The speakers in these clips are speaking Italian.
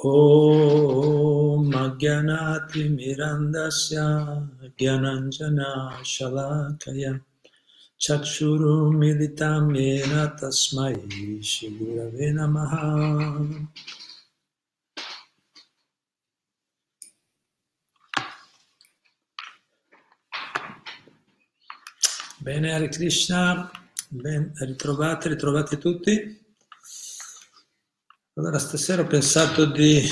Om Agyanati Mirandasya Gyananjana Shalakaya Chakshuru Militam Yena Tasmai Shri Gurave Namaha. Bene, Hare Krishna, ben ritrovati tutti. Allora, stasera ho pensato di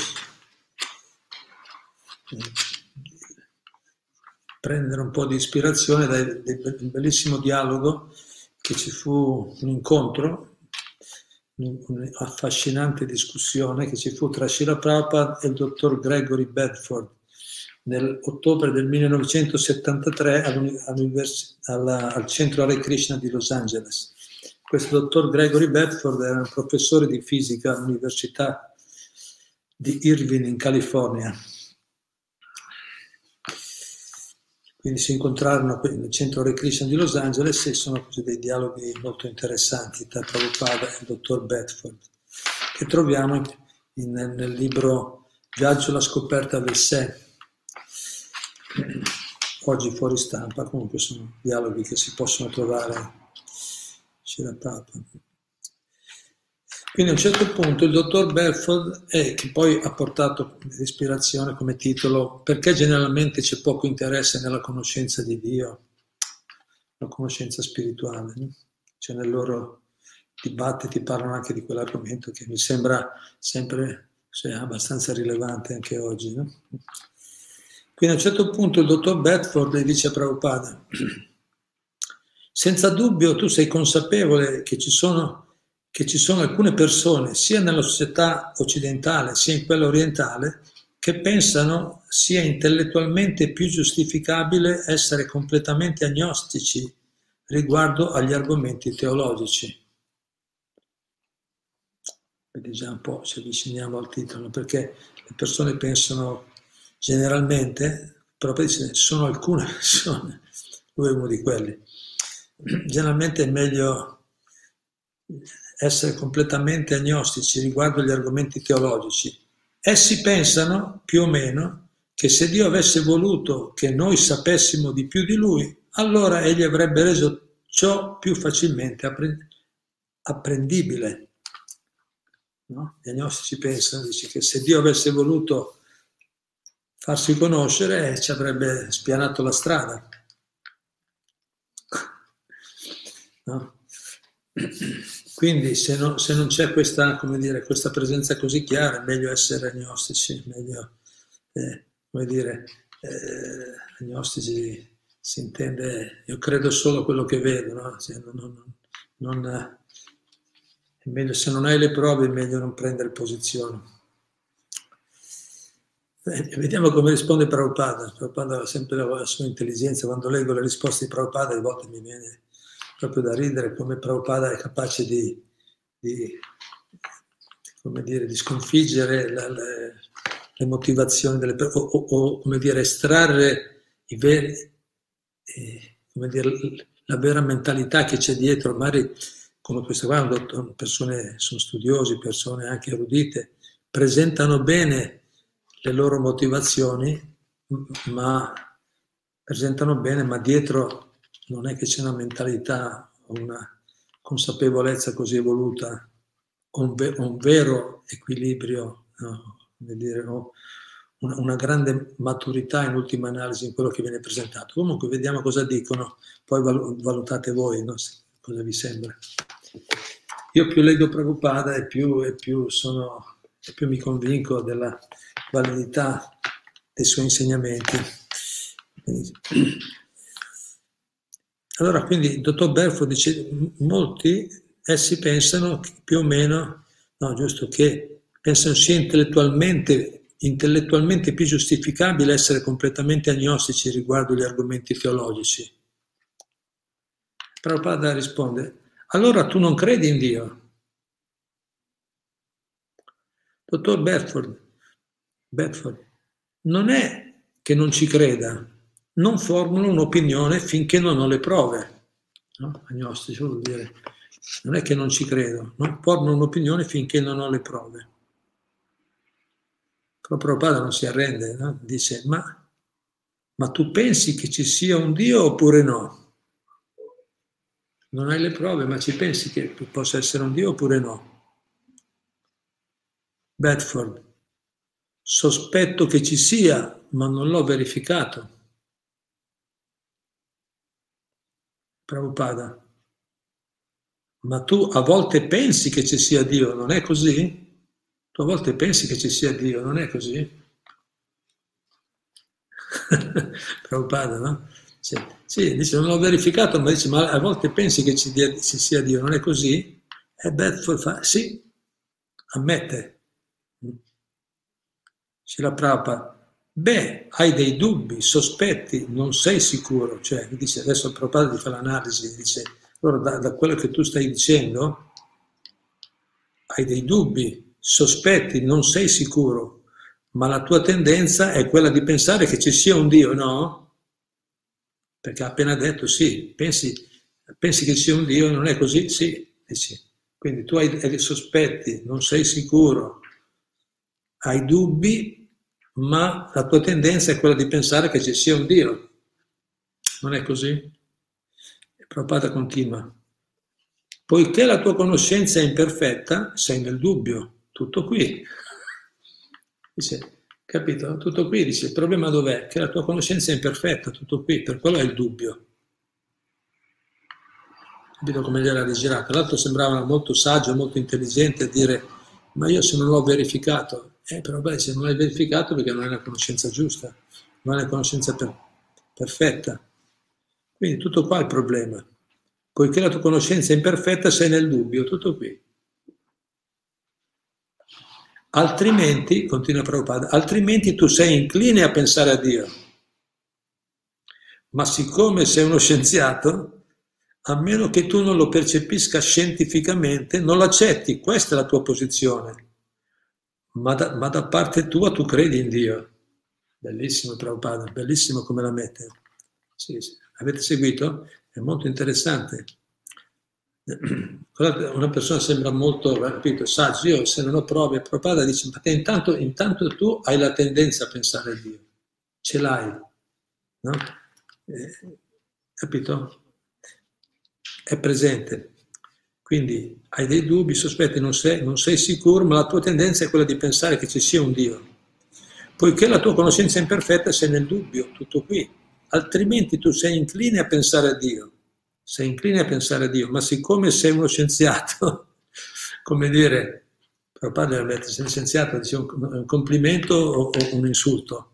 prendere un po' di ispirazione dal bellissimo dialogo che ci fu, un incontro, un'affascinante discussione che ci fu tra Srila Prabhupada e il dottor Gregory Bedford nell'ottobre del 1973 al centro Hare Krishna di Los Angeles. Questo dottor Gregory Bedford era un professore di fisica all'Università di Irvine in California. Quindi si incontrarono nel centro Hare Krishna di Los Angeles e sono così dei dialoghi molto interessanti tra Prabhupada e il dottor Bedford, che troviamo nel libro Viaggio alla scoperta del sé, oggi fuori stampa. Comunque sono dialoghi che si possono trovare. Quindi a un certo punto il dottor Bedford, che poi ha portato l'ispirazione come titolo Perché generalmente c'è poco interesse nella conoscenza di Dio, la conoscenza spirituale, no? Cioè nel loro dibattiti parlano anche di quell'argomento che mi sembra sempre abbastanza rilevante anche oggi, no? Quindi a un certo punto il dottor Bedford le dice a Prabhupada: senza dubbio tu sei consapevole che ci sono alcune persone, sia nella società occidentale sia in quella orientale, che pensano sia intellettualmente più giustificabile essere completamente agnostici riguardo agli argomenti teologici. Vedi già un po', ci avviciniamo al titolo, perché le persone pensano generalmente, proprio dice, sono alcune persone, lui è uno di quelli. Generalmente è meglio essere completamente agnostici riguardo agli argomenti teologici. Essi pensano, più o meno, che se Dio avesse voluto che noi sapessimo di più di Lui, allora Egli avrebbe reso ciò più facilmente apprendibile. No? Gli agnostici pensano, dice, che se Dio avesse voluto farsi conoscere, ci avrebbe spianato la strada. No? Quindi se non c'è questa, come dire, questa presenza così chiara, è meglio essere agnostici, meglio, agnostici si intende, io credo solo quello che vedo, no? Cioè, è meglio, se non hai le prove è meglio non prendere posizione. Vediamo come risponde Prabhupada. Prabhupada ha sempre la sua intelligenza. Quando leggo le risposte di Prabhupada, a volte mi viene proprio da ridere come Prabhupada è capace di sconfiggere le motivazioni delle persone, o come dire, estrarre i veri, la vera mentalità che c'è dietro. Magari come questa qua, persone sono studiosi, persone anche erudite, presentano bene le loro motivazioni, ma dietro non è che c'è una mentalità, una consapevolezza così evoluta, un vero equilibrio, no? Come dire, una grande maturità in ultima analisi in quello che viene presentato. Comunque vediamo cosa dicono, poi valutate voi, no? Cosa vi sembra. Io più leggo Prabhupada e più mi convinco della validità dei suoi insegnamenti. Allora, quindi il dottor Bedford dice, essi pensano che più o meno, no, giusto, che pensano sia intellettualmente più giustificabile essere completamente agnostici riguardo agli argomenti teologici. Prabhupada risponde: allora tu non credi in Dio? Dottor Bedford, non è che non ci creda, non formulo un'opinione finché non ho le prove. No? Agnostici vuol dire, non è che non ci credo, non formulo un'opinione finché non ho le prove. Però Prabhupada non si arrende, no? Dice, ma tu pensi che ci sia un Dio oppure no? Non hai le prove, ma ci pensi che possa essere un Dio oppure no? Bedford, sospetto che ci sia, ma non l'ho verificato. Prabhupada, ma tu a volte pensi che ci sia Dio, non è così? Tu a volte pensi che ci sia Dio, non è così? Prabhupada, no? Sì, dice, non l'ho verificato, ma dice, ma a volte pensi che ci sia Dio, non è così? E Bedford fa, sì, ammette. Srila Prabhupada, beh, hai dei dubbi, sospetti, non sei sicuro. Cioè, dice, adesso Prabhupada ti fa l'analisi, dice, allora da quello che tu stai dicendo, hai dei dubbi, sospetti, non sei sicuro, ma la tua tendenza è quella di pensare che ci sia un Dio, no? Perché ha appena detto sì, pensi che ci sia un Dio, non è così? Sì, dici. Quindi tu hai dei sospetti, non sei sicuro, hai dubbi, ma la tua tendenza è quella di pensare che ci sia un Dio. Non è così? E Prabhupada continua. Poiché la tua conoscenza è imperfetta, sei nel dubbio. Tutto qui. Dice, capito? Tutto qui. Dice, il problema dov'è? Che la tua conoscenza è imperfetta, tutto qui. Per quello è il dubbio. Capito come gli era rigirato? L'altro sembrava molto saggio, molto intelligente a dire, ma io se non l'ho verificato, però beh, se non l'hai verificato perché non è una conoscenza giusta, non è una conoscenza perfetta. Quindi tutto qua è il problema. Poiché la tua conoscenza è imperfetta, sei nel dubbio, tutto qui. Altrimenti, continua Prabhupada, altrimenti tu sei incline a pensare a Dio. Ma siccome sei uno scienziato, a meno che tu non lo percepisca scientificamente, non l'accetti, questa è la tua posizione. Ma da parte tua tu credi in Dio. Bellissimo Prabhupada, bellissimo come la mette. Sì, sì. Avete seguito? È molto interessante. Una persona sembra molto, capito, saggio, io se non ho prove, Prabhupada dice, ma te intanto tu hai la tendenza a pensare a Dio, ce l'hai, no? Capito? È presente. Quindi hai dei dubbi, sospetti, non sei sicuro, ma la tua tendenza è quella di pensare che ci sia un Dio. Poiché la tua conoscenza è imperfetta, sei nel dubbio, tutto qui. Altrimenti tu sei incline a pensare a Dio. Sei incline a pensare a Dio, ma siccome sei uno scienziato, come dire, Prabhupada deve mettere, sei scienziato, dice un complimento o un insulto.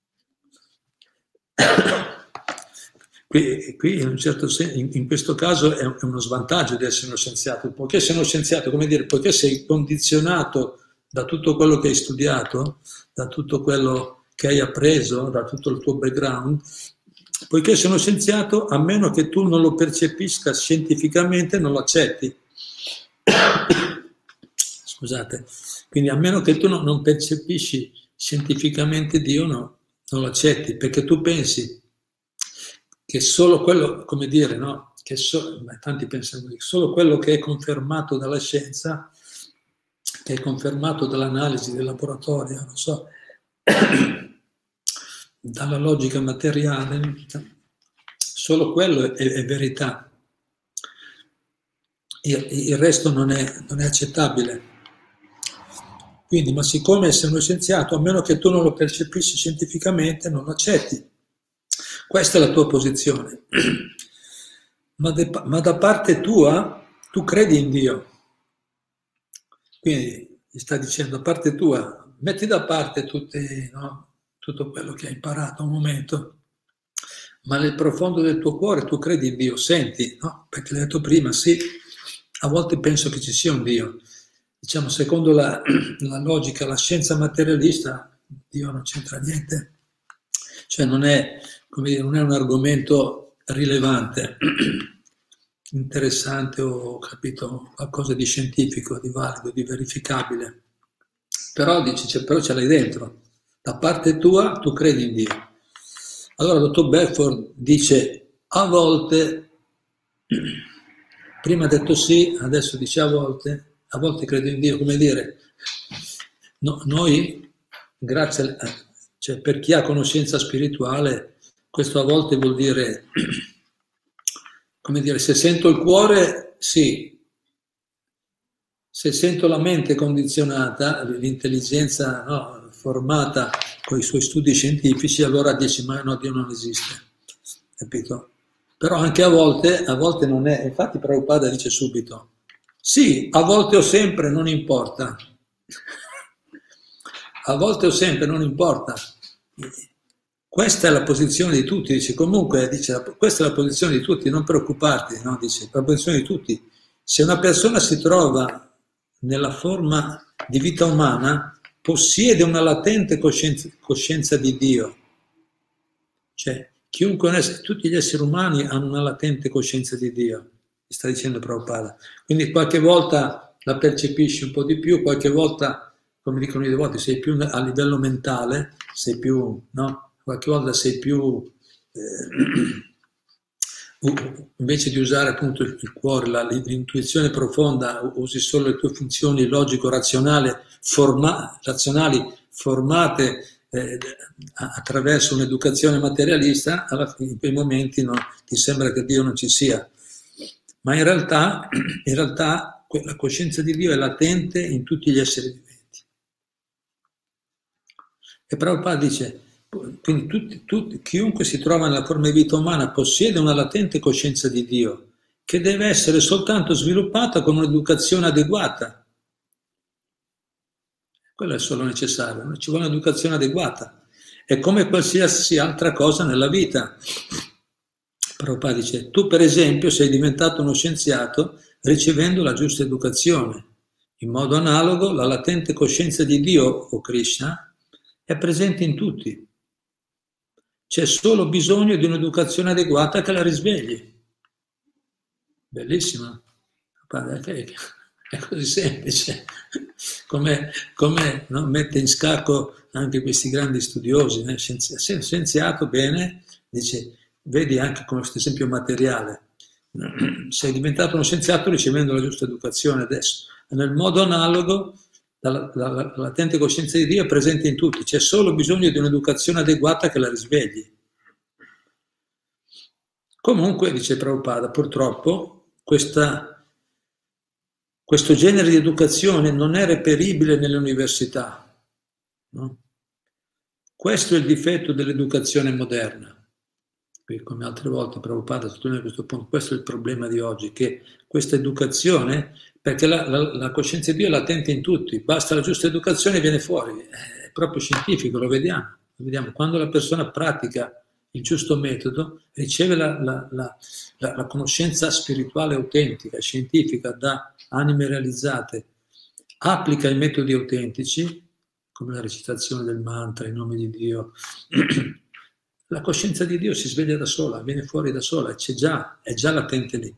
Qui in un certo senso, in questo caso è uno svantaggio di essere uno scienziato, poiché sei uno scienziato, come dire, poiché sei condizionato da tutto quello che hai studiato, da tutto quello che hai appreso, da tutto il tuo background, poiché sei uno scienziato, a meno che tu non lo percepisca scientificamente, non lo accetti. Scusate, quindi a meno che tu non percepisci scientificamente Dio, no, non lo accetti, perché tu pensi che solo quello, come dire, no? Tanti pensano così, solo quello che è confermato dalla scienza, che è confermato dall'analisi del laboratorio, non so, dalla logica materiale, solo quello è verità. Il resto non è accettabile. Quindi, ma siccome sei uno scienziato, a meno che tu non lo percepisci scientificamente, non lo accetti. Questa è la tua posizione. Ma da parte tua, tu credi in Dio. Quindi gli sta dicendo, da parte tua, metti da parte tutto quello che hai imparato a un momento, ma nel profondo del tuo cuore tu credi in Dio, senti, no? Perché l'hai detto prima, sì, a volte penso che ci sia un Dio. Diciamo, secondo la logica, la scienza materialista, Dio non c'entra niente. Cioè non è, come dire, non è un argomento rilevante, interessante o, capito, qualcosa di scientifico, di valido, di verificabile. Però dice, però ce l'hai dentro. Da parte tua tu credi in Dio. Allora il dottor Bedford dice, a volte, prima ha detto sì, adesso dice a volte credo in Dio, come dire, no, noi grazie, cioè per chi ha conoscenza spirituale, questo a volte vuol dire, come dire, se sento il cuore, sì. Se sento la mente condizionata, l'intelligenza, no, formata con i suoi studi scientifici, allora dici, ma no, Dio non esiste, capito? Però anche a volte non è, infatti Prabhupada dice subito, sì, a volte o sempre, non importa, a volte o sempre, non importa. Questa è la posizione di tutti, dice, comunque, dice, questa è la posizione di tutti, non preoccuparti, no? Dice, la posizione di tutti. Se una persona si trova nella forma di vita umana, possiede una latente coscienza di Dio. Cioè, tutti gli esseri umani hanno una latente coscienza di Dio, sta dicendo Prabhupada. Quindi qualche volta la percepisci un po' di più, qualche volta, come dicono i devoti, sei più a livello mentale, sei più, no? Qualche volta sei più... invece di usare appunto il cuore, l'intuizione profonda, usi solo le tue funzioni logico-razionali formate attraverso un'educazione materialista, in quei momenti no, ti sembra che Dio non ci sia. Ma in realtà la coscienza di Dio è latente in tutti gli esseri viventi. E Prabhupada dice, quindi chiunque si trova nella forma di vita umana possiede una latente coscienza di Dio che deve essere soltanto sviluppata con un'educazione adeguata. Quello è solo necessario, ci vuole un'educazione adeguata. È come qualsiasi altra cosa nella vita. Prabhupada dice, tu per esempio sei diventato uno scienziato ricevendo la giusta educazione. In modo analogo, la latente coscienza di Dio, o Krishna, è presente in tutti. C'è solo bisogno di un'educazione adeguata che la risvegli. Bellissima. È così semplice. Come no, mette in scacco anche questi grandi studiosi. Scienziato, bene, dice, vedi anche come questo esempio materiale. Sei diventato uno scienziato ricevendo la giusta educazione adesso. Nel modo analogo, la latente coscienza di Dio è presente in tutti, c'è solo bisogno di un'educazione adeguata che la risvegli. Comunque, dice Prabhupada, purtroppo questo genere di educazione non è reperibile nelle università. No? Questo è il difetto dell'educazione moderna. Qui, come altre volte Prabhupada sottolinea questo punto, questo è il problema di oggi, che questa educazione, perché la coscienza di Dio è latente in tutti, basta la giusta educazione e viene fuori, è proprio scientifico, lo vediamo. Quando la persona pratica il giusto metodo, riceve la conoscenza spirituale autentica, scientifica, da anime realizzate, applica i metodi autentici, come la recitazione del mantra, in nome di Dio, la coscienza di Dio si sveglia da sola, viene fuori da sola, è già latente lì.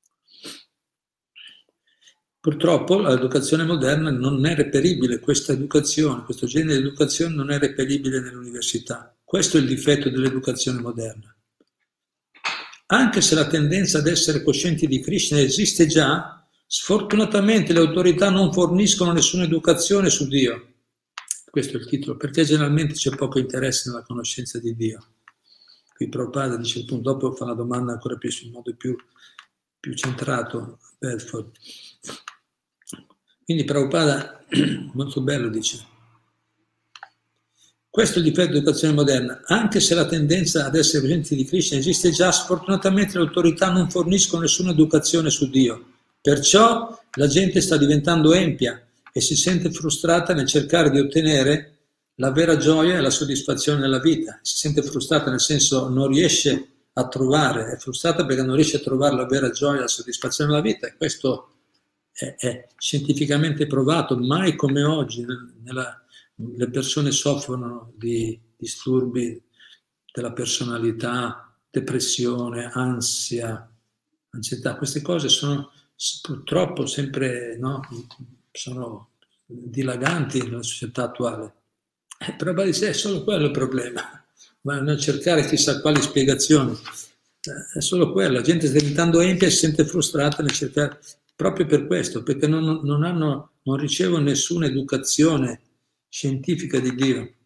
Purtroppo l'educazione moderna non è reperibile, questa educazione, questo genere di educazione non è reperibile nell'università. Questo è il difetto dell'educazione moderna. Anche se la tendenza ad essere coscienti di Krishna esiste già, sfortunatamente le autorità non forniscono nessuna educazione su Dio. Questo è il titolo, perché generalmente c'è poco interesse nella conoscenza di Dio. Qui Prabhupada dice, appunto, dopo fa una domanda ancora più in modo più centrato, Bedford. Quindi Prabhupada, molto bello, dice, questo è il difetto dell'educazione moderna, anche se la tendenza ad essere coscienti di Krishna esiste già, sfortunatamente le autorità non forniscono nessuna educazione su Dio. Perciò la gente sta diventando empia e si sente frustrata nel cercare di ottenere la vera gioia e la soddisfazione nella vita. Si sente frustrata nel senso non riesce a trovare, è frustrata perché non riesce a trovare la vera gioia e la soddisfazione nella vita, e questo è scientificamente provato. Mai come oggi le persone soffrono di disturbi della personalità, depressione, ansia, ansietà. Queste cose sono purtroppo sempre, no, sono dilaganti nella società attuale. Però è solo quello il problema, ma non cercare chissà quali spiegazioni. È solo quello, la gente sta diventando empia e si sente frustrata nel cercare, proprio per questo, perché non ricevono nessuna educazione scientifica di Dio,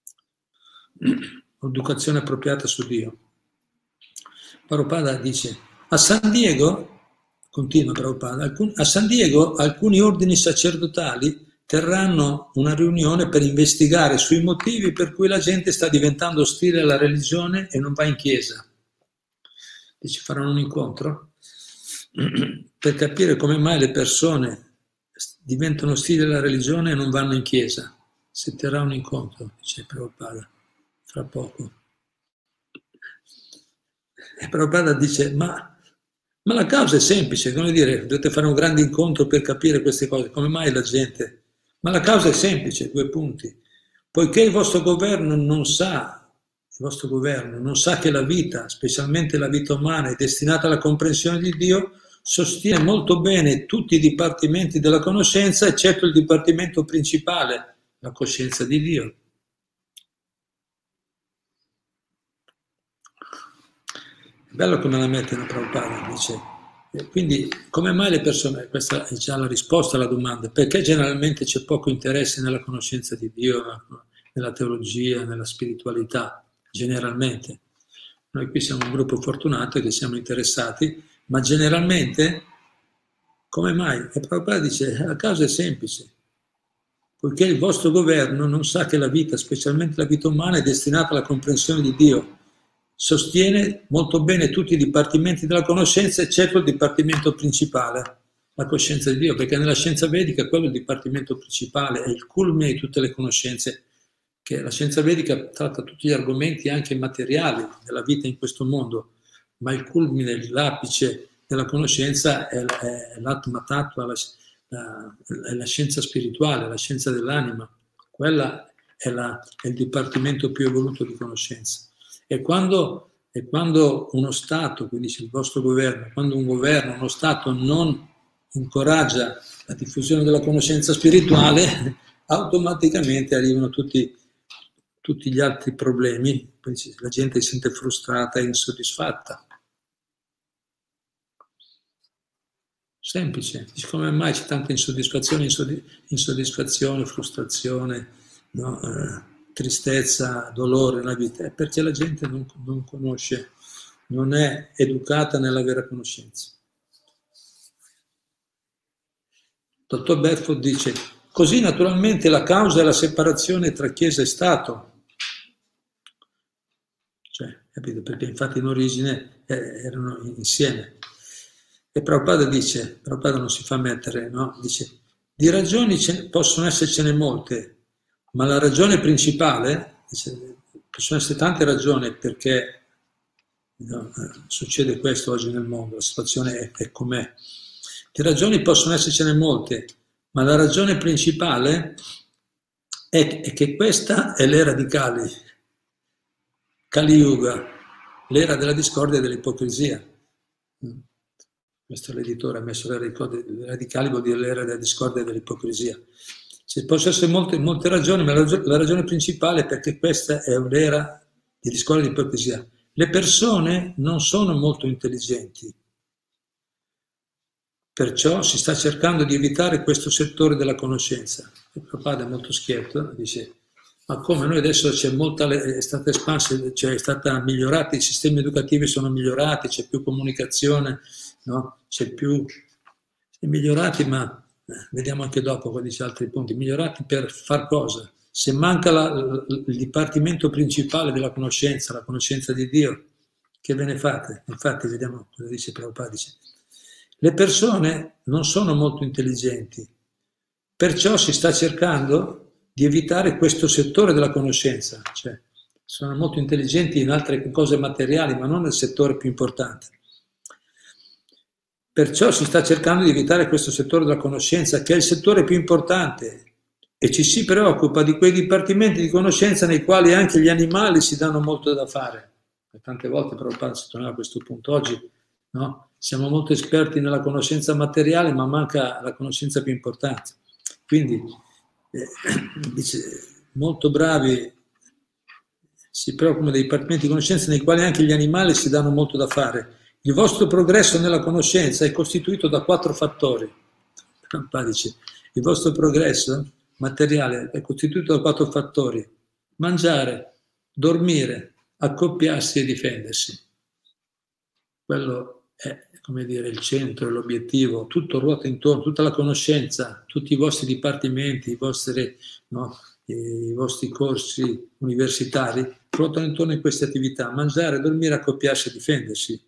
educazione appropriata su Dio. Prabhupada dice, a San Diego, continua Prabhupada, a San Diego alcuni ordini sacerdotali terranno una riunione per investigare sui motivi per cui la gente sta diventando ostile alla religione e non va in chiesa. Dice, faranno un incontro per capire come mai le persone diventano ostili alla religione e non vanno in chiesa. Si terrà un incontro, dice Prabhupada, fra poco. E Prabhupada dice, ma la causa è semplice, come dire, dovete fare un grande incontro per capire queste cose, come mai la gente... Ma la causa è semplice, 2 punti. Poiché il vostro governo non sa che la vita, specialmente la vita umana, è destinata alla comprensione di Dio, sostiene molto bene tutti i dipartimenti della conoscenza, eccetto il dipartimento principale, la coscienza di Dio. È bello come la mettono Prabhupada, dice. Quindi, come mai le persone, questa è già la risposta alla domanda, perché generalmente c'è poco interesse nella conoscenza di Dio, nella teologia, nella spiritualità, generalmente. Noi qui siamo un gruppo fortunato che siamo interessati, ma generalmente, come mai? E Prabhupada dice, la causa è semplice, poiché il vostro governo non sa che la vita, specialmente la vita umana, è destinata alla comprensione di Dio. Sostiene molto bene tutti i dipartimenti della conoscenza, eccetto il dipartimento principale, la coscienza di Dio, perché nella scienza vedica quello è il dipartimento principale, è il culmine di tutte le conoscenze, che la scienza vedica tratta tutti gli argomenti anche materiali della vita in questo mondo, ma il culmine, l'apice della conoscenza è l'atma tattva, è la scienza spirituale, la scienza dell'anima, quella è il dipartimento più evoluto di conoscenza. E quando uno Stato, quindi il vostro governo, quando un governo, uno Stato non incoraggia la diffusione della conoscenza spirituale, automaticamente arrivano tutti gli altri problemi, la gente si sente frustrata e insoddisfatta. Semplice, come mai c'è tanta insoddisfazione, frustrazione, no? Tristezza, dolore nella vita? È perché la gente non conosce, non è educata nella vera conoscenza. Dottor Bedford dice, così naturalmente la causa è la separazione tra Chiesa e Stato. Cioè, capite? Perché infatti in origine erano insieme. E Prabhupada dice, Prabhupada non si fa mettere, no? Dice, di ragioni possono essercene molte, ma la ragione principale, possono essere tante ragioni perché succede questo oggi nel mondo, la situazione è com'è. Di ragioni possono essercene molte, ma la ragione principale è che questa è l'era di Kali Yuga, l'era della discordia e dell'ipocrisia. Questo l'editore ha messo l'era di Kali, vuol dire l'era della discordia e dell'ipocrisia. Ci possono essere molte ragioni, ma la ragione principale è perché questa è un'era di discordia e di ipocrisia. Le persone non sono molto intelligenti, perciò si sta cercando di evitare questo settore della conoscenza. Il Prabhupada è molto schietto, dice, ma come noi adesso è stata espansa, cioè è stata migliorata, i sistemi educativi sono migliorati, c'è più comunicazione, no? C'è migliorati, ma vediamo anche dopo, qua dice altri punti, migliorati per far cosa? Se manca il dipartimento principale della conoscenza, la conoscenza di Dio, che ve ne fate? Infatti vediamo cosa dice Prabhupada, dice, le persone non sono molto intelligenti, perciò si sta cercando di evitare questo settore della conoscenza, cioè sono molto intelligenti in altre cose materiali, ma non nel settore più importante. Perciò si sta cercando di evitare questo settore della conoscenza, che è il settore più importante, e ci si preoccupa di quei dipartimenti di conoscenza nei quali anche gli animali si danno molto da fare. E tante volte Prabhupada si tornava a questo punto. Oggi, no? Siamo molto esperti nella conoscenza materiale, ma manca la conoscenza più importante. Quindi, dice, molto bravi, si preoccupano dei dipartimenti di conoscenza nei quali anche gli animali si danno molto da fare. Il vostro progresso nella conoscenza è costituito da 4 fattori. Prabhupada dice, il vostro progresso materiale è costituito da 4 fattori: mangiare, dormire, accoppiarsi e difendersi. Quello è, come dire, il centro, l'obiettivo, tutto ruota intorno, tutta la conoscenza, tutti i vostri dipartimenti, i vostri corsi universitari ruotano intorno a queste attività: mangiare, dormire, accoppiarsi e difendersi.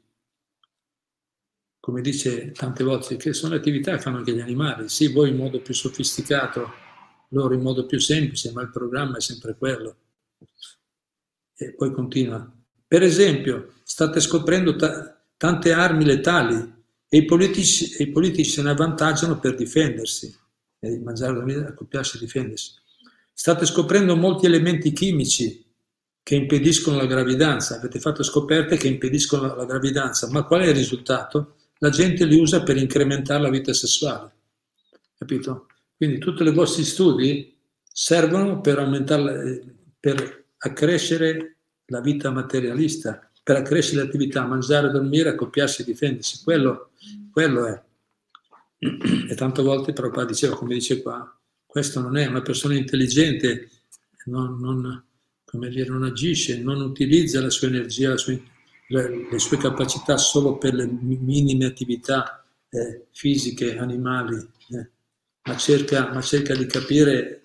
Come dice tante volte, che sono le attività che fanno anche gli animali. Sì, voi in modo più sofisticato, loro in modo più semplice, ma il programma è sempre quello. E poi continua. Per esempio, state scoprendo tante armi letali e i politici se ne avvantaggiano per difendersi. Mangiare, dormire, accoppiarsi e difendersi. State scoprendo molti elementi chimici che impediscono la gravidanza. Avete fatto scoperte che impediscono la gravidanza, ma qual è il risultato? La gente li usa per incrementare la vita sessuale, capito? Quindi tutti i vostri studi servono per aumentare, per accrescere la vita materialista, per accrescere l'attività, mangiare, dormire, accoppiarsi e difendersi. Quello è. E tante volte Prabhupada diceva, come dice qua, questo non è una persona intelligente, non agisce, non utilizza la sua energia, le sue capacità solo per le minime attività fisiche, animali, ma cerca di capire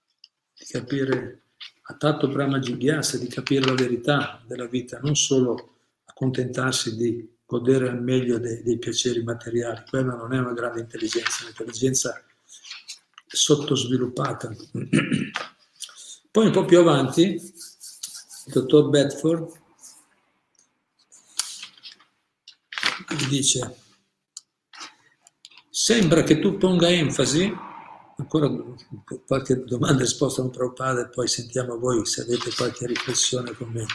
a tatto Brahma Jigyasa, di capire la verità della vita, non solo accontentarsi di godere al meglio dei piaceri materiali. Quella non è una grande intelligenza, un'intelligenza sottosviluppata. Poi un po' più avanti il dottor Bedford dice: sembra che tu ponga enfasi, ancora qualche domanda e risposta a un Prabhupada e poi sentiamo voi se avete qualche riflessione o commento.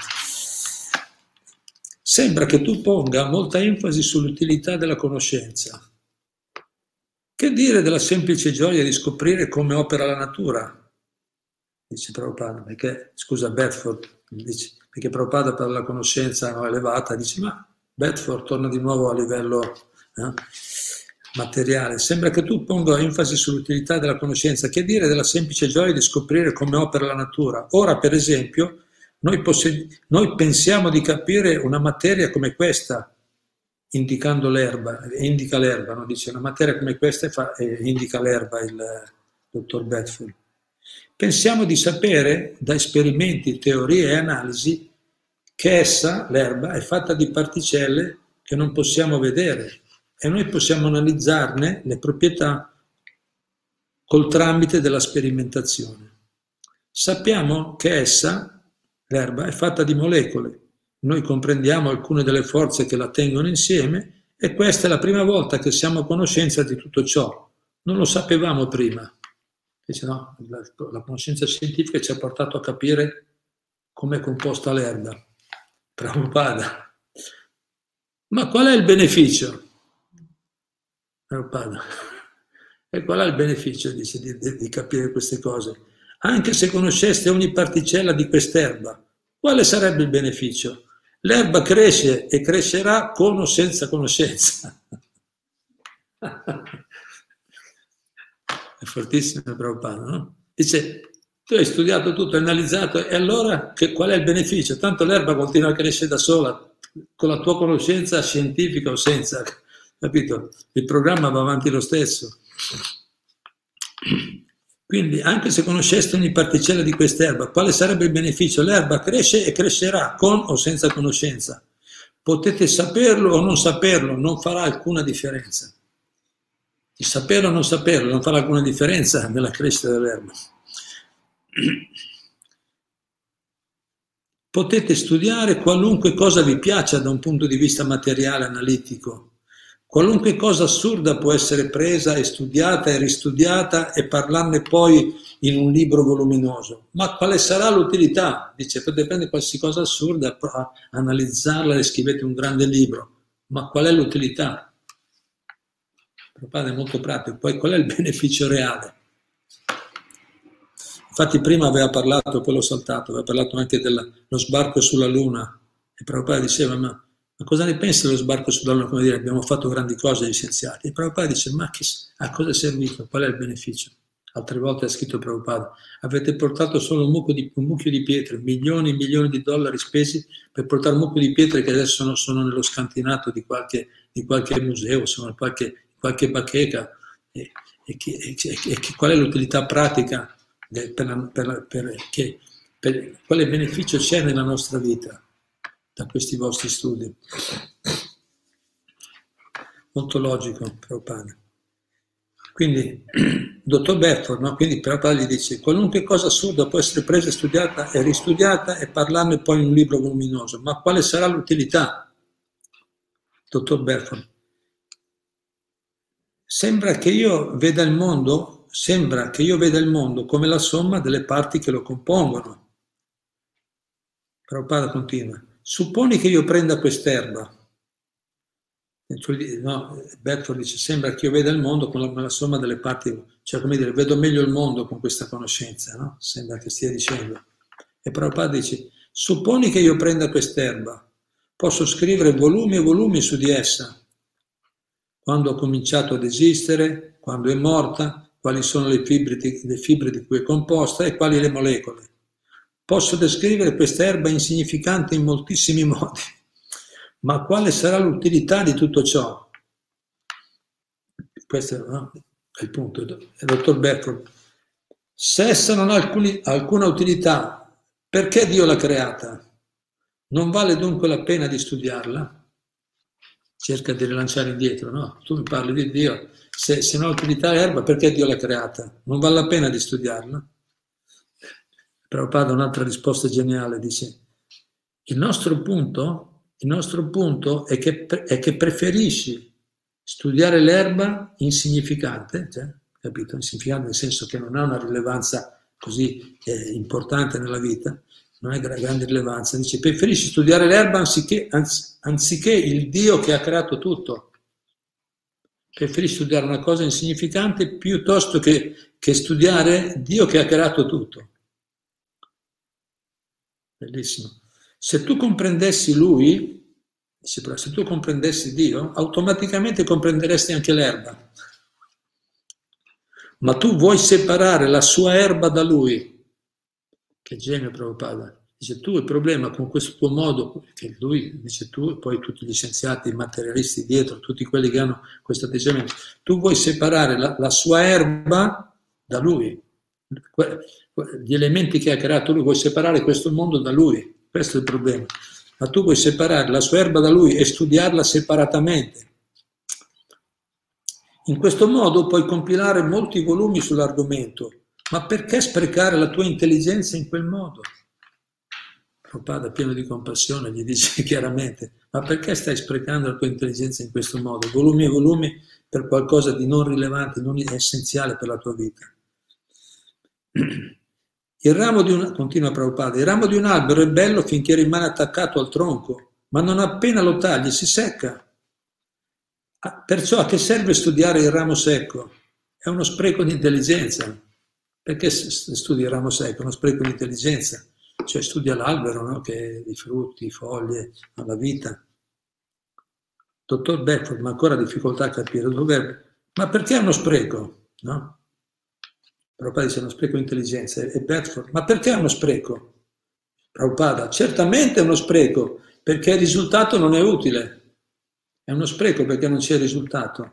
Sembra che tu ponga molta enfasi sull'utilità della conoscenza. Che dire della semplice gioia di scoprire come opera la natura? Dice Prabhupada, perché, scusa Bedford, dice, perché Prabhupada per la conoscenza elevata dice, ma Bedford torna di nuovo a livello materiale. Sembra che tu ponga enfasi sull'utilità della conoscenza. Che dire della semplice gioia di scoprire come opera la natura? Ora, per esempio, noi pensiamo di capire una materia come questa, indicando l'erba, indica l'erba, no? Dice una materia come questa indica l'erba il dottor Bedford. Pensiamo di sapere da esperimenti, teorie e analisi che essa, l'erba, è fatta di particelle che non possiamo vedere e noi possiamo analizzarne le proprietà col tramite della sperimentazione. Sappiamo che essa, l'erba, è fatta di molecole. Noi comprendiamo alcune delle forze che la tengono insieme e questa è la prima volta che siamo a conoscenza di tutto ciò. Non lo sapevamo prima. Dice, no, la conoscenza scientifica ci ha portato a capire come è composta l'erba. Prabhupada. Ma qual è il beneficio? Prabhupada. E qual è il beneficio, dice, di capire queste cose? Anche se conosceste ogni particella di quest'erba, quale sarebbe il beneficio? L'erba cresce e crescerà con o senza conoscenza. È fortissimo Prabhupada, no? Dice, tu hai studiato tutto, hai analizzato, e allora qual è il beneficio? Tanto l'erba continua a crescere da sola, con la tua conoscenza scientifica o senza, capito? Il programma va avanti lo stesso. Quindi, anche se conosceste ogni particella di quest'erba, quale sarebbe il beneficio? L'erba cresce e crescerà, con o senza conoscenza. Potete saperlo o non saperlo, non farà alcuna differenza. Di saperlo o non saperlo non farà alcuna differenza nella crescita dell'erba. Potete studiare qualunque cosa vi piaccia da un punto di vista materiale, analitico. Qualunque cosa assurda può essere presa e studiata e ristudiata e parlarne poi in un libro voluminoso. Ma quale sarà l'utilità? Dice, dipende qualsiasi cosa assurda, analizzarla e scrivete un grande libro. Ma qual è l'utilità? Prabhupada è molto pratico. Poi qual è il beneficio reale? Infatti prima aveva parlato, poi l'ho saltato, aveva parlato anche dello sbarco sulla Luna. E Prabhupada diceva, ma cosa ne pensi dello sbarco sulla Luna? Come dire, abbiamo fatto grandi cose gli scienziati. E Prabhupada dice, ma a cosa è servito? Qual è il beneficio? altre volte ha scritto Prabhupada, avete portato solo un mucchio di pietre, milioni e milioni di dollari spesi per portare un mucchio di pietre che adesso sono nello scantinato di qualche museo, sono in qualche bacheca. Qual è l'utilità pratica, quale beneficio c'è nella nostra vita da questi vostri studi? Molto logico, Prabhupada. Quindi, dottor Bedford, no? Quindi Prabhupada gli dice, qualunque cosa assurda può essere presa, studiata e ristudiata e parlarne poi in un libro voluminoso, ma quale sarà l'utilità? Dottor Bedford, sembra che io veda il mondo come la somma delle parti che lo compongono. Prabhupada continua, supponi che io prenda quest'erba. No, Bedford dice, sembra che io veda il mondo come la somma delle parti, cioè come dire, vedo meglio il mondo con questa conoscenza, no? Sembra che stia dicendo. E Prabhupada dice, supponi che io prenda quest'erba, posso scrivere volumi e volumi su di essa, quando ha cominciato ad esistere, quando è morta, quali sono le fibre di cui è composta e quali le molecole. Posso descrivere questa erba insignificante in moltissimi modi. Ma quale sarà l'utilità di tutto ciò? Questo è il punto. Il dottor Bedford, se essa non ha alcuna utilità, perché Dio l'ha creata? Non vale dunque la pena di studiarla? Cerca di rilanciare indietro, no? Tu mi parli di Dio, se non ha utilità l'erba, perché Dio l'ha creata? Non vale la pena di studiarla? Prabhupada un'altra risposta geniale, dice, il nostro punto è che preferisci studiare l'erba insignificante, cioè, capito? Insignificante nel senso che non ha una rilevanza così importante nella vita, non ha grande rilevanza, dice preferisci studiare l'erba anziché il Dio che ha creato tutto. Preferisci studiare una cosa insignificante piuttosto che studiare Dio che ha creato tutto. Bellissimo. Se tu comprendessi Lui, se tu comprendessi Dio, automaticamente comprenderesti anche l'erba. Ma tu vuoi separare la sua erba da Lui. Che genio Prabhupada. Dice tu il problema con questo tuo modo, che lui dice tu e poi tutti gli scienziati, i materialisti dietro, tutti quelli che hanno questo atteggiamento, tu vuoi separare la sua erba da Lui. Gli elementi che ha creato Lui, vuoi separare questo mondo da Lui. Questo è il problema. Ma tu vuoi separare la sua erba da Lui e studiarla separatamente. In questo modo puoi compilare molti volumi sull'argomento, ma perché sprecare la tua intelligenza in quel modo? Prabhupada, pieno di compassione, gli dice chiaramente, ma perché stai sprecando la tua intelligenza in questo modo? Volumi e volumi per qualcosa di non rilevante, non essenziale per la tua vita. Continua Prabhupada, il ramo di un albero è bello finché rimane attaccato al tronco, ma non appena lo tagli si secca. Perciò a che serve studiare il ramo secco? È uno spreco di intelligenza. Perché studi il ramo secco? È uno spreco di intelligenza. Cioè studia l'albero, no? Che i frutti, foglie, la vita. Dottor Bedford, ma ancora difficoltà a capire. Ma perché è uno spreco? No? Prabhupada dice è uno spreco di intelligenza. E Bedford, ma perché è uno spreco? Prabhupada, certamente è uno spreco, perché il risultato non è utile. È uno spreco perché non c'è risultato.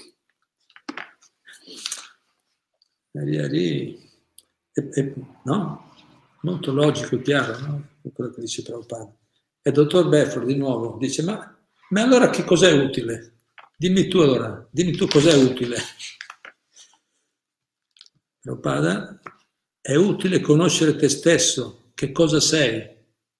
No? Molto logico e chiaro, no? Quello che dice Prabhupada. E il dottor Bedford di nuovo dice, ma allora che cos'è utile? Dimmi tu cos'è utile. Prabhupada, è utile conoscere te stesso, che cosa sei.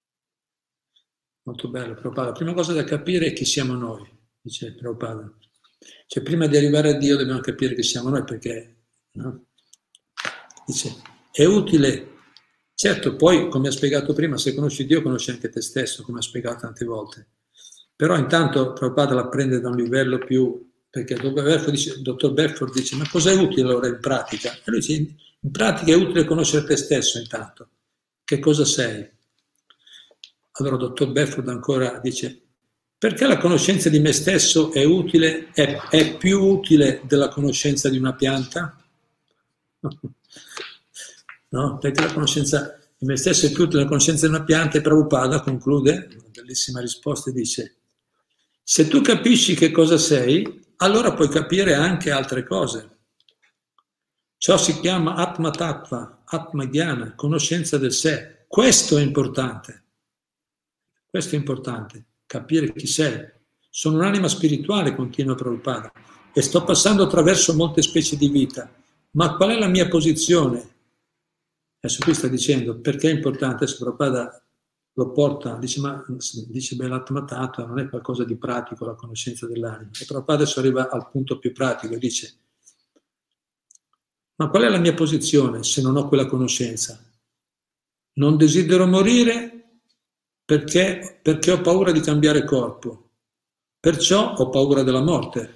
Molto bello, Prabhupada. La prima cosa da capire è chi siamo noi, dice Prabhupada. Cioè prima di arrivare a Dio dobbiamo capire chi siamo noi, perché, no? Dice, è utile. Certo, poi, come ha spiegato prima, se conosci Dio conosci anche te stesso, come ha spiegato tante volte. Però intanto Prabhupada la prende da un livello più... Perché il dottor Bedford dice, ma cos'è utile allora in pratica? E lui dice, in pratica è utile conoscere te stesso intanto. Che cosa sei? Allora il dottor Bedford ancora dice, perché la conoscenza di me stesso è utile, è più utile della conoscenza di una pianta? No? Perché la conoscenza di me stesso è più la conoscenza di una pianta, e Prabhupada conclude, una bellissima risposta, e dice: se tu capisci che cosa sei, allora puoi capire anche altre cose. Ciò si chiama Atma Tattva, Atma Jnana, conoscenza del sé. Questo è importante. Questo è importante, capire chi sei. Sono un'anima spirituale, continua Prabhupada, e sto passando attraverso molte specie di vita. Ma qual è la mia posizione? Adesso qui sta dicendo perché è importante. Adesso Prabhupada lo porta, dice l'Atma Tattva non è qualcosa di pratico, la conoscenza dell'anima. E Prabhupada adesso arriva al punto più pratico, dice: ma qual è la mia posizione se non ho quella conoscenza? Non desidero morire perché ho paura di cambiare corpo, perciò ho paura della morte.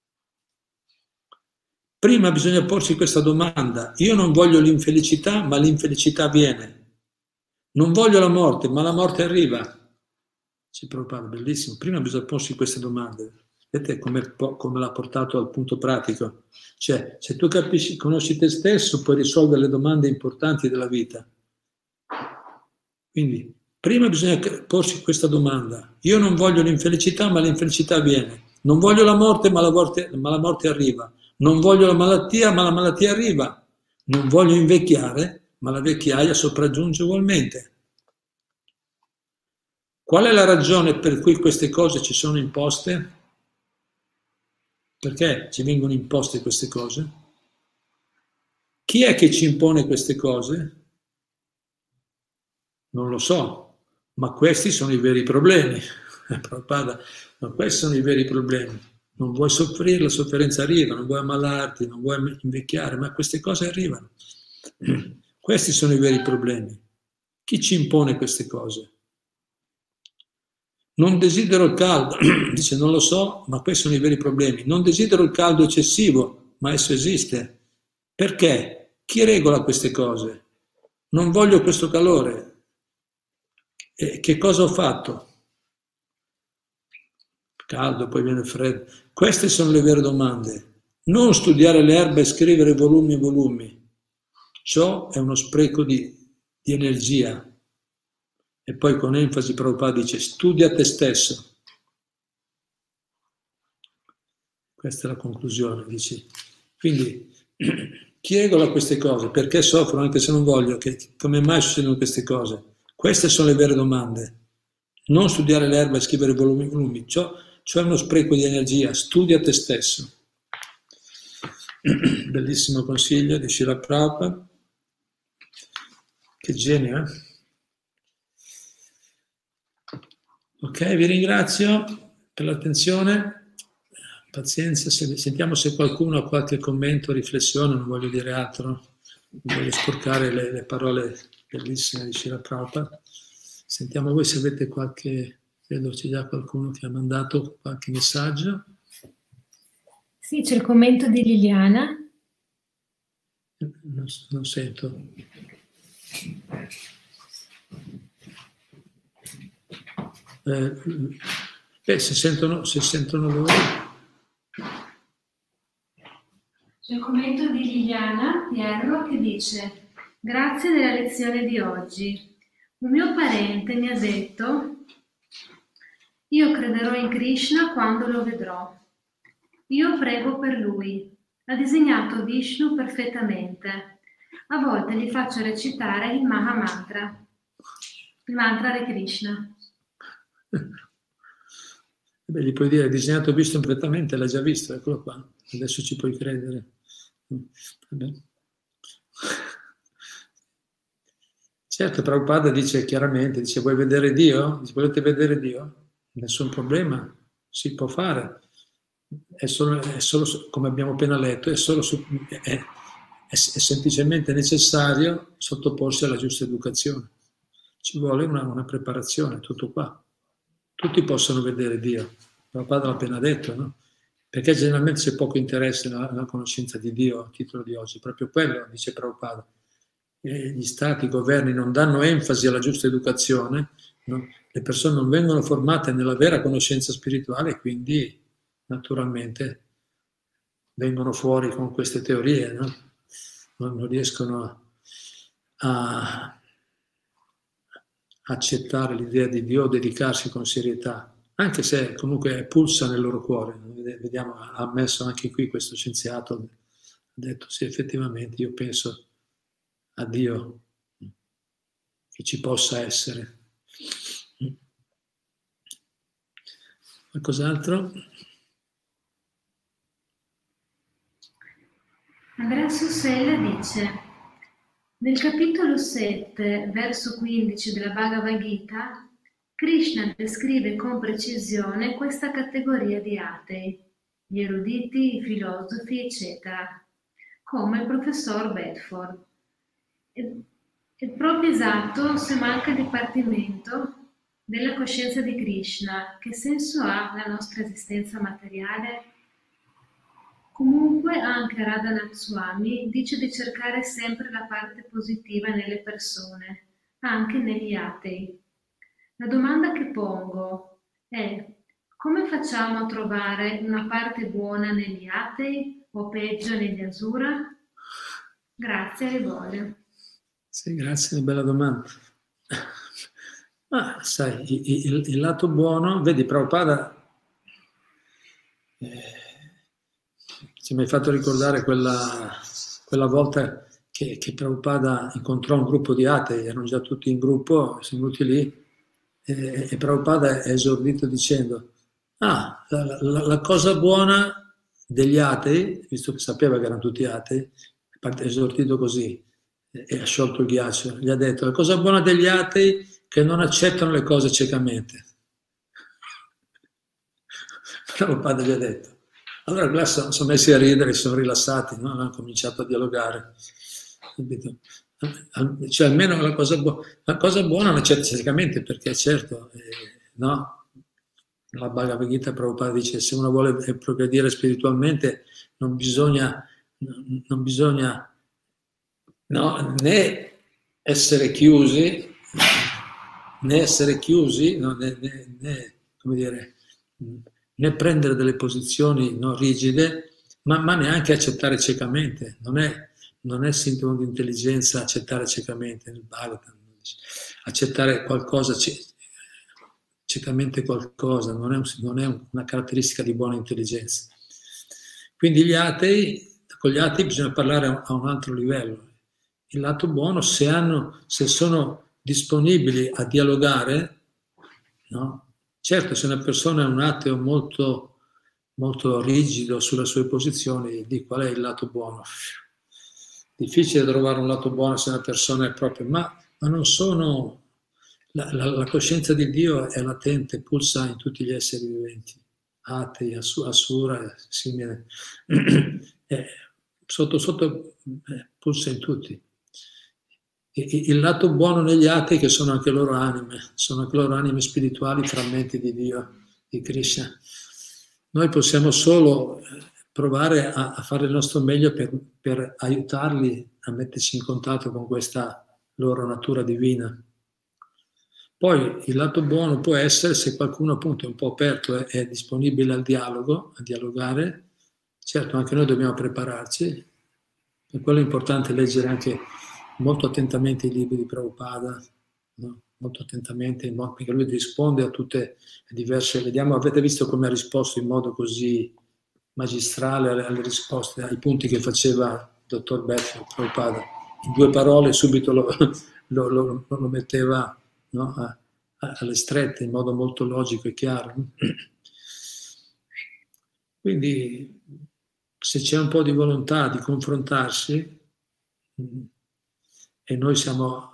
Prima bisogna porsi questa domanda: io non voglio l'infelicità, ma l'infelicità viene. Non voglio la morte, ma la morte arriva. Ci Prabhupada, bellissimo. Prima bisogna porsi queste domande. Vedete come l'ha portato al punto pratico? Cioè, se tu capisci, conosci te stesso, puoi risolvere le domande importanti della vita. Quindi, prima bisogna porsi questa domanda. Io non voglio l'infelicità, ma l'infelicità viene. Non voglio la morte, ma la morte arriva. Non voglio la malattia, ma la malattia arriva. Non voglio invecchiare, ma la vecchiaia sopraggiunge ugualmente. Qual è la ragione per cui queste cose ci sono imposte? Perché ci vengono imposte queste cose? Chi è che ci impone queste cose? Non lo so, ma questi sono i veri problemi. Ma questi sono i veri problemi. Non vuoi soffrire, la sofferenza arriva, non vuoi ammalarti, non vuoi invecchiare, ma queste cose arrivano. Questi sono i veri problemi. Chi ci impone queste cose? Non desidero il caldo, dice non lo so, ma questi sono i veri problemi. Non desidero il caldo eccessivo, ma esso esiste. Perché? Chi regola queste cose? Non voglio questo calore. E che cosa ho fatto? Caldo, poi viene freddo. Queste sono le vere domande. Non studiare l'erba e scrivere volumi e volumi. Ciò è uno spreco di energia. E poi con enfasi Prabhupada dice: studia te stesso. Questa è la conclusione, dici. Quindi, chi regola queste cose? Perché soffro anche se non voglio? Come mai succedono queste cose? Queste sono le vere domande. Non studiare l'erba e scrivere volumi e volumi. Ciò è uno spreco di energia. Studia te stesso. Bellissimo consiglio di Srila Prabhupada. Che genio, eh? Ok, vi ringrazio per l'attenzione, pazienza, sentiamo se qualcuno ha qualche commento, riflessione, non voglio dire altro, non voglio sporcare le parole bellissime di Srila Prabhupada. Sentiamo voi se avete qualche, vedo c'è già qualcuno che ha mandato qualche messaggio. Sì, c'è il commento di Liliana. Non sento. Se sentono loro. C'è un commento di Liliana Pierro che dice: grazie della lezione di oggi. Un mio parente mi ha detto: io crederò in Krishna quando lo vedrò. Io prego per lui. Ha disegnato Vishnu perfettamente. A volte gli faccio recitare il Maha Mantra, il mantra di Krishna. Beh, gli puoi dire: hai disegnato Vishnu perfettamente, l'hai già visto, eccolo qua, adesso ci puoi credere. Vabbè. Certo, Prabhupada dice chiaramente, dice: vuoi vedere Dio? Dice: volete vedere Dio? Nessun problema, si può fare. È solo come abbiamo appena letto, è semplicemente necessario sottoporsi alla giusta educazione. Ci vuole una preparazione, tutto qua. Tutti possono vedere Dio. Prabhupada l'ha appena detto, no? Perché generalmente c'è poco interesse nella conoscenza di Dio a titolo di oggi. Proprio quello, dice Prabhupada. Gli stati, i governi non danno enfasi alla giusta educazione, no? Le persone non vengono formate nella vera conoscenza spirituale e quindi naturalmente vengono fuori con queste teorie, no? non riescono a accettare l'idea di Dio, dedicarsi con serietà, anche se comunque pulsa nel loro cuore. Vediamo, ha ammesso anche qui questo scienziato, ha detto sì, effettivamente io penso a Dio che ci possa essere. Qualcos'altro? Andrea Sussella dice: nel capitolo 7, verso 15 della Bhagavad Gita, Krishna descrive con precisione questa categoria di atei, gli eruditi, i filosofi, eccetera, come il professor Bedford. È proprio esatto se manca il dipartimento della coscienza di Krishna, che senso ha la nostra esistenza materiale? Comunque anche Radhanath Swami dice di cercare sempre la parte positiva nelle persone, anche negli atei. La domanda che pongo è: come facciamo a trovare una parte buona negli atei o peggio negli asura? Grazie, Gregorio. Sì, grazie, una bella domanda. Ma sai, il lato buono, vedi, Prabhupada ci mi hai fatto ricordare quella volta che Prabhupada incontrò un gruppo di atei, erano già tutti in gruppo, sono venuti lì, e Prabhupada è esordito dicendo: la cosa buona degli atei, visto che sapeva che erano tutti atei, è esordito così, e ha sciolto il ghiaccio, gli ha detto: la cosa buona degli atei è che non accettano le cose ciecamente. Prabhupada gli ha detto. Allora là sono messi a ridere, sono rilassati, no? Hanno cominciato a dialogare. Capito? Cioè, almeno la cosa buona non accetta ciecamente, perché certo, no? La Bhagavad Gita Prabhupada dice: se uno vuole progredire spiritualmente non bisogna no, né essere chiusi, no, come dire, né prendere delle posizioni non rigide, ma neanche accettare ciecamente. Non è sintomo di intelligenza accettare ciecamente nel Bhagavatam. Accettare qualcosa, ciecamente qualcosa, non è una caratteristica di buona intelligenza. Quindi con gli atei bisogna parlare a un altro livello. Il lato buono, se sono disponibili a dialogare, no? Certo, se una persona è un ateo molto, molto rigido sulle sue posizioni, di qual è il lato buono? Difficile trovare un lato buono se una persona è proprio, ma non sono. La coscienza di Dio è latente, pulsa in tutti gli esseri viventi, atei, asura, simile, sotto pulsa in tutti. Il lato buono negli atei, che sono anche loro anime spirituali, frammenti di Dio, di Krishna. Noi possiamo solo provare a fare il nostro meglio per aiutarli a mettersi in contatto con questa loro natura divina. Poi il lato buono può essere, se qualcuno appunto è un po' aperto, è disponibile al dialogo, a dialogare. Certo, anche noi dobbiamo prepararci. Per quello è importante leggere anche molto attentamente i libri di Prabhupada, no? Molto attentamente, perché lui risponde a tutte le diverse. Vediamo, avete visto come ha risposto in modo così magistrale alle risposte, ai punti che faceva il dottor Bedford Prabhupada. In 2 parole subito lo metteva, no? Alle strette, in modo molto logico e chiaro. Quindi, se c'è un po' di volontà di confrontarsi, e noi siamo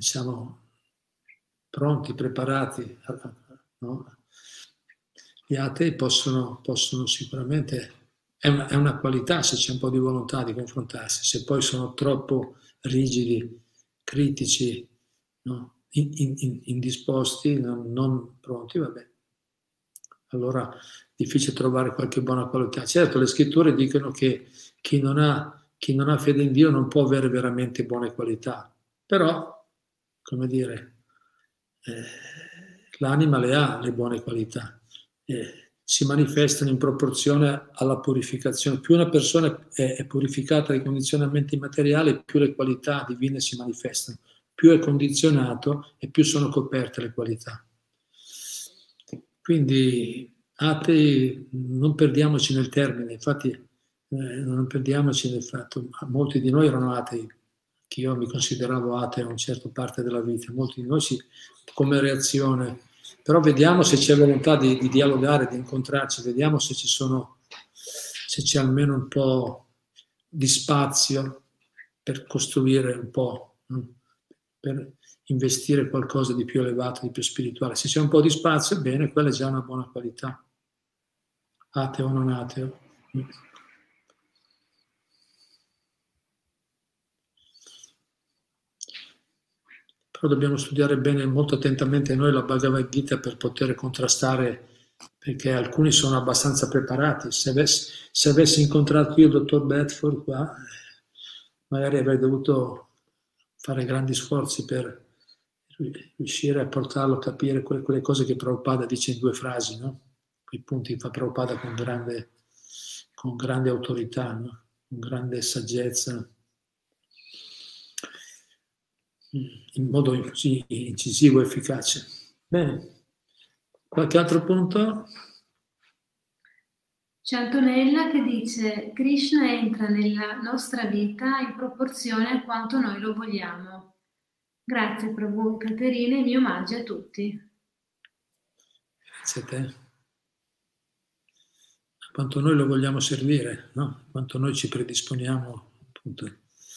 pronti, preparati, no? Gli atei possono sicuramente, è una qualità se c'è un po' di volontà di confrontarsi. Se poi sono troppo rigidi, critici, no? Indisposti, non pronti, vabbè. Allora è difficile trovare qualche buona qualità. Certo, le scritture dicono che chi non ha fede in Dio non può avere veramente buone qualità, però, come dire, l'anima le ha le buone qualità. si manifestano in proporzione alla purificazione. Più una persona è purificata dai condizionamenti materiali, più le qualità divine si manifestano. Più è condizionato e più sono coperte le qualità. Quindi atei, non perdiamoci nel termine, infatti non perdiamoci nel fatto, molti di noi erano atei, che io mi consideravo ateo a una certa parte della vita, molti di noi come reazione, però vediamo se c'è volontà di dialogare, di incontrarci, vediamo se se c'è almeno un po' di spazio per costruire un po', per investire qualcosa di più elevato, di più spirituale. Se c'è un po' di spazio, bene, quella è già una buona qualità. Ateo o non ateo. Però dobbiamo studiare bene, molto attentamente noi la Bhagavad Gita per poter contrastare, perché alcuni sono abbastanza preparati. Se avessi incontrato io il dottor Bedford qua, magari avrei dovuto fare grandi sforzi per riuscire a portarlo a capire quelle cose che Prabhupada dice in 2 frasi, no? Quei punti che fa Prabhupada con grande autorità, no? Con grande saggezza, in modo così incisivo e efficace. Bene, qualche altro punto? C'è Antonella che dice: Krishna entra nella nostra vita in proporzione a quanto noi lo vogliamo. Grazie Prabhu, Caterina, e miei omaggi a tutti. Grazie a te. A quanto noi lo vogliamo servire, no? A quanto noi ci predisponiamo, appunto.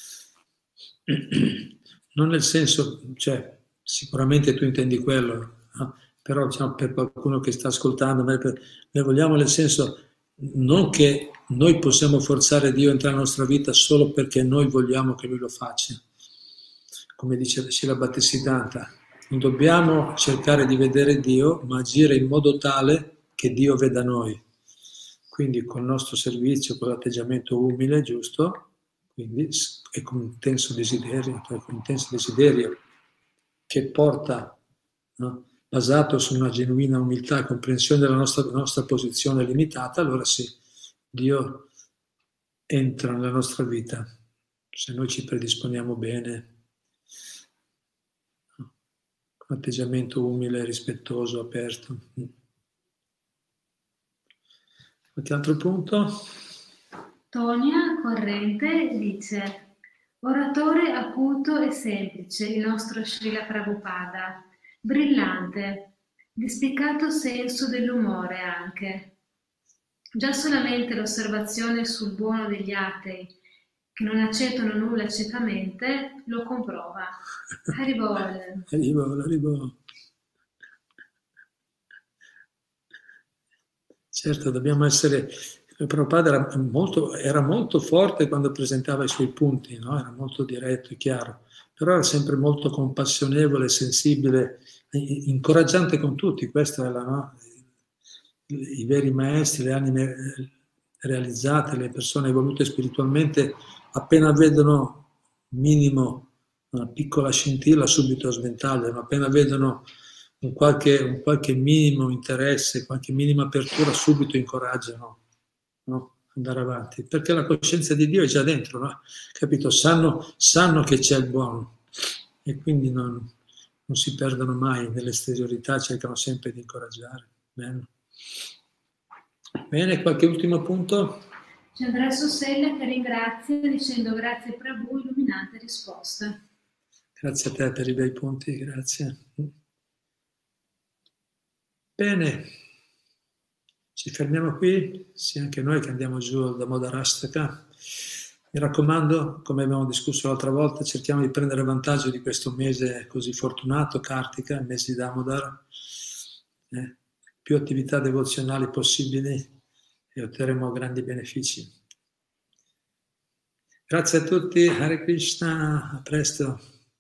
Non nel senso, cioè, sicuramente tu intendi quello, no? Però diciamo, per qualcuno che sta ascoltando, noi vogliamo nel senso non che noi possiamo forzare Dio a entrare nella nostra vita solo perché noi vogliamo che Lui lo faccia. Come dice Srila Bhaktisiddhanta, non dobbiamo cercare di vedere Dio, ma agire in modo tale che Dio veda noi. Quindi col nostro servizio, con l'atteggiamento umile, giusto, quindi e con intenso desiderio che porta, no? Basato su una genuina umiltà e comprensione della nostra posizione limitata, allora sì, Dio entra nella nostra vita, se noi ci predisponiamo bene, con atteggiamento umile, rispettoso, aperto. Qualche altro punto? Tonia Corrente dice: oratore acuto e semplice il nostro Srila Prabhupada, brillante, di spiccato senso dell'umore anche. Già solamente l'osservazione sul buono degli atei, che non accettano nulla ciecamente, lo comprova. Haribol. Haribol. Certo, dobbiamo essere... Prabhupada era molto forte quando presentava i suoi punti, no? Era molto diretto e chiaro, però era sempre molto compassionevole, sensibile, incoraggiante con tutti. Questa è no? I veri maestri, le anime realizzate, le persone evolute spiritualmente, appena vedono minimo una piccola scintilla subito sventagliano, appena vedono un qualche minimo interesse, qualche minima apertura subito incoraggiano, no? Andare avanti, perché la coscienza di Dio è già dentro, no? Capito? Sanno che c'è il buono e quindi non si perdono mai nell'esteriorità, cercano sempre di incoraggiare. Bene, qualche ultimo punto? C'è Andrea Sossella che ringrazia dicendo: grazie Prabhu, illuminante risposta. Grazie a te per i bei punti, grazie. Bene, ci fermiamo qui, sì, anche noi che andiamo giù da Modarastaka. Mi raccomando, come abbiamo discusso l'altra volta, cerchiamo di prendere vantaggio di questo mese così fortunato, Kartika, il mese di Damodar, più attività devozionali possibili e otterremo grandi benefici. Grazie a tutti, Hare Krishna, a presto.